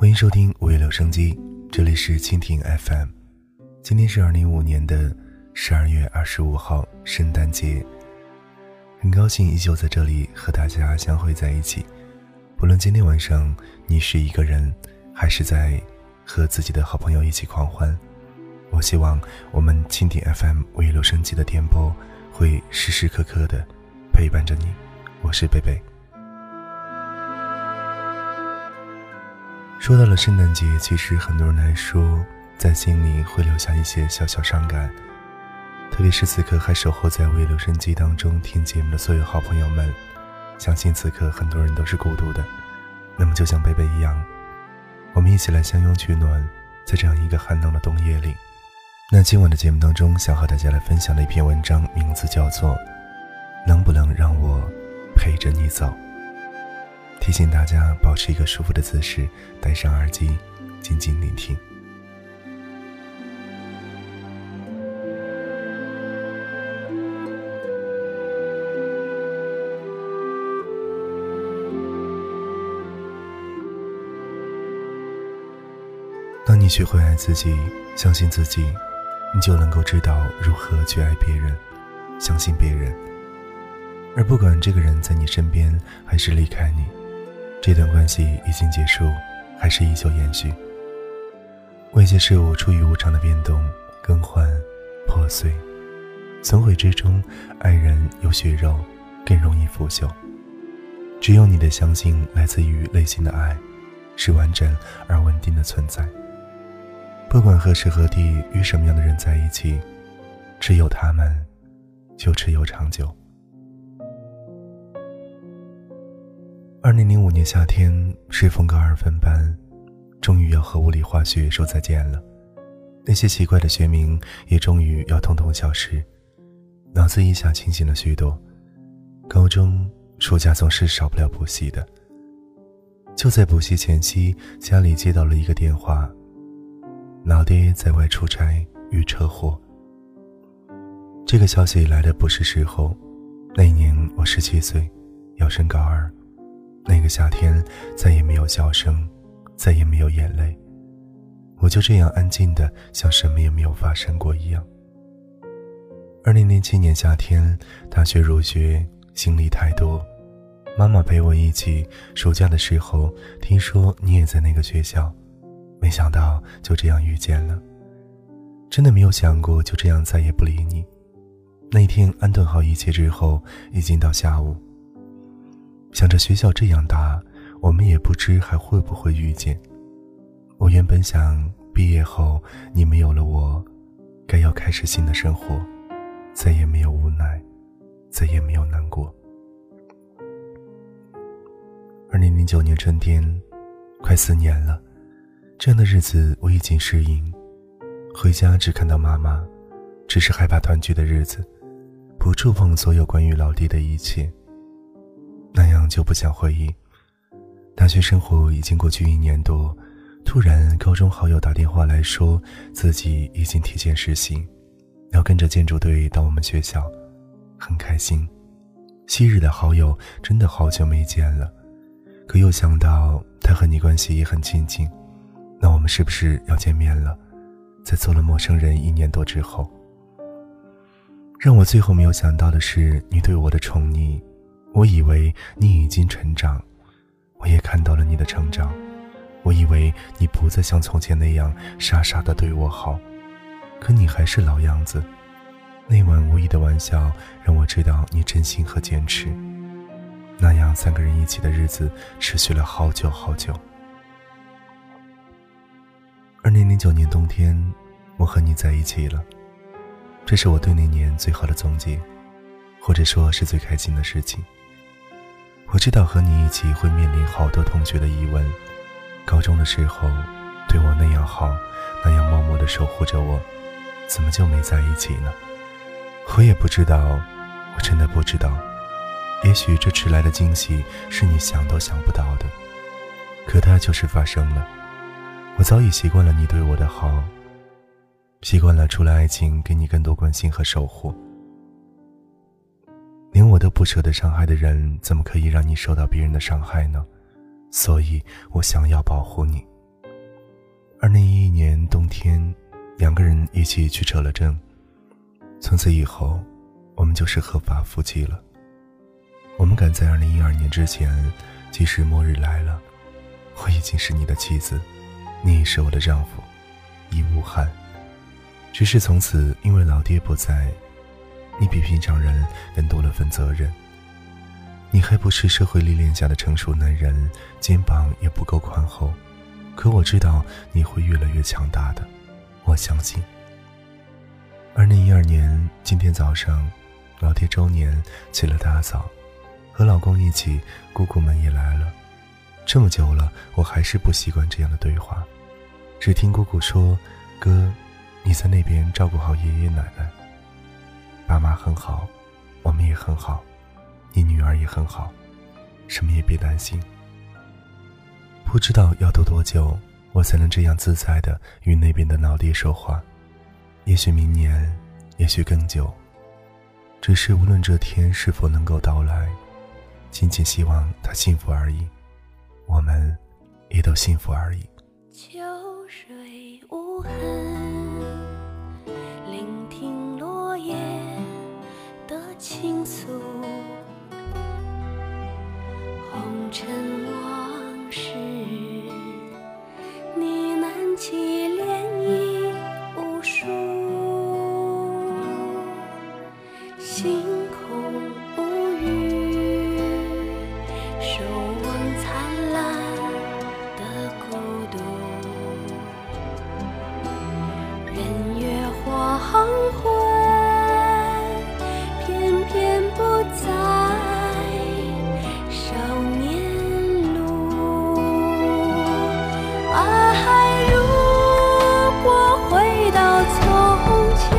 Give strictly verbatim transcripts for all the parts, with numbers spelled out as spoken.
欢迎收听五月留声机，这里是蜻蜓 F M。 今天是二零一五年的十二月二十五号，圣诞节。很高兴依旧在这里和大家相会在一起，不论今天晚上你是一个人还是在和自己的好朋友一起狂欢，我希望我们蜻蜓 F M 五月留声机的电波会时时刻刻的陪伴着你。我是贝贝。说到了圣诞节，其实很多人来说在心里会留下一些小小伤感，特别是此刻还守候在五月留声机当中听节目的所有好朋友们，相信此刻很多人都是孤独的。那么就像贝贝一样，我们一起来相拥取暖，在这样一个寒冷的冬夜里。那今晚的节目当中，想和大家来分享的一篇文章，名字叫做能不能让我陪着你走。提醒大家保持一个舒服的姿势，戴上耳机静静聆听。当你学会爱自己，相信自己，你就能够知道如何去爱别人，相信别人。而不管这个人在你身边还是离开你，这段关系已经结束还是依旧延续。外界事物出于无常的变动、更换、破碎，损毁之中，爱人有血肉，更容易腐朽。只有你的相信来自于内心的爱，是完整而稳定的存在。不管何时何地与什么样的人在一起，只有他们就只有长久。二零零五年夏天，适逢高二分班，终于要和物理化学说再见了。那些奇怪的学名也终于要统统消失，脑子一下清醒了许多。高中暑假总是少不了补习的。就在补习前夕，家里接到了一个电话，老爹在外出差遇车祸。这个消息来的不是时候，那一年我十七岁，要升高二。那个夏天再也没有笑声，再也没有眼泪，我就这样安静的像什么也没有发生过一样。二零零七年夏天，大学入学，行李太多，妈妈陪我一起，暑假的时候听说你也在那个学校，没想到就这样遇见了，真的没有想过就这样再也不理你。那天安顿好一切之后，已经到下午，想着学校这样大，我们也不知还会不会遇见。我原本想毕业后你没有了我，该要开始新的生活，再也没有无奈，再也没有难过。二零零九年春天，快四年了，这样的日子我已经适应。回家只看到妈妈，只是害怕团聚的日子，不触碰所有关于老弟的一切，那样就不想回忆。大学生活已经过去一年多，突然高中好友打电话来说自己已经提前实习，要跟着建筑队到我们学校，很开心。昔日的好友真的好久没见了，可又想到他和你关系也很亲近，那我们是不是要见面了？在做了陌生人一年多之后，让我最后没有想到的是你对我的宠溺。我以为你已经成长，我也看到了你的成长。我以为你不再像从前那样傻傻地对我好，可你还是老样子。那晚无意的玩笑让我知道你真心和坚持。那样三个人一起的日子持续了好久好久。二零零九年冬天，我和你在一起了，这是我对那年最好的总结，或者说是最开心的事情。我知道和你一起会面临好多同学的疑问，高中的时候对我那样好，那样默默地守护着我，怎么就没在一起呢？我也不知道，我真的不知道。也许这迟来的惊喜是你想都想不到的，可它就是发生了。我早已习惯了你对我的好，习惯了除了爱情给你更多关心和守护。连我都不舍得伤害的人，怎么可以让你受到别人的伤害呢？所以我想要保护你， 二零一一年冬天，两个人一起去扯了证，从此以后我们就是合法夫妻了。我们赶在二零一二年之前，即使末日来了，我已经是你的妻子，你已是我的丈夫，已无憾。只是从此因为老爹不在，你比平常人更多了份责任。你还不是社会历练下的成熟男人，肩膀也不够宽厚，可我知道你会越来越强大的，我相信。二零一二年今天早上，老爹周年起了大早，和老公一起，姑姑们也来了。这么久了，我还是不习惯这样的对话，只听姑姑说，哥，你在那边照顾好爷爷奶奶，爸妈很好，我们也很好，你女儿也很好，什么也别担心。不知道要多多久，我才能这样自在地与那边的老爹说话，也许明年，也许更久。只是无论这天是否能够到来，仅仅希望他幸福而已，我们也都幸福而已。 秋水无痕，聆听落叶的倾诉，红尘往事呢喃起涟漪无数，星空无语，守望灿烂的孤独，人月黄昏，偏偏不在少年路。爱如果回到从前，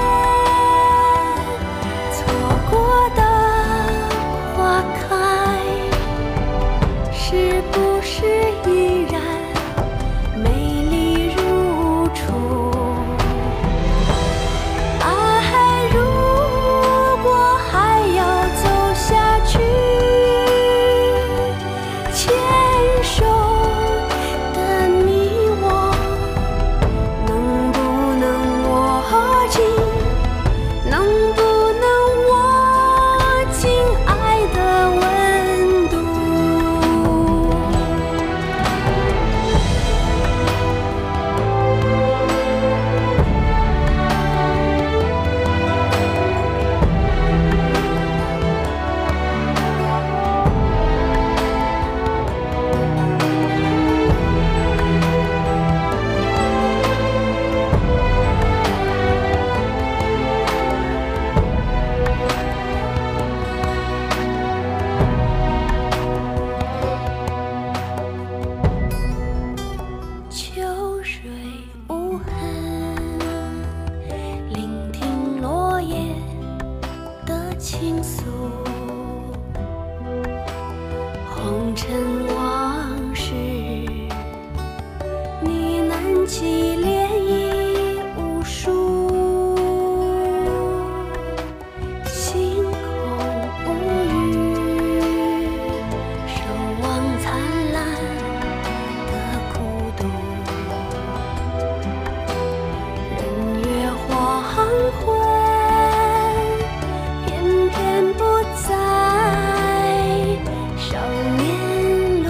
错过的花开，是不是依然美丽如初？爱如果还要走下去，牵手的你我，能不能握紧？能不能握紧爱的温度？秋水无痕，聆听落叶的倾诉，红尘往事呢喃起涟漪无数，星空无语，守望灿烂的孤独，人月黄昏，偏偏不在少年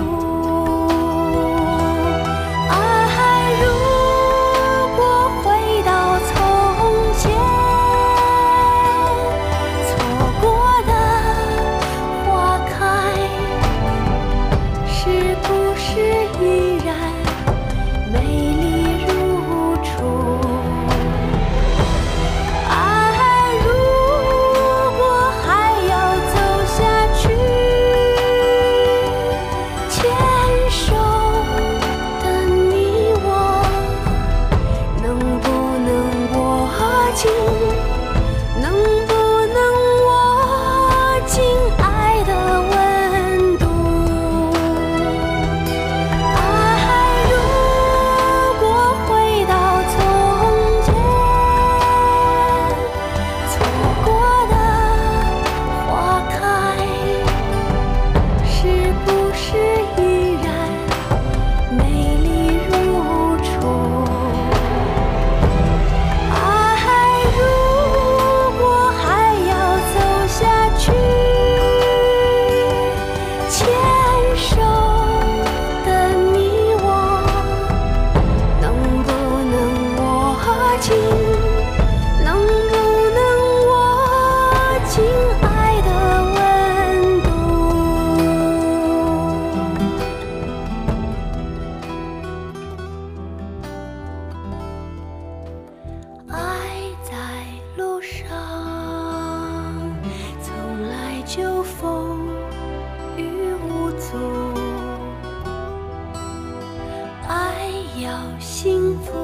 幸福。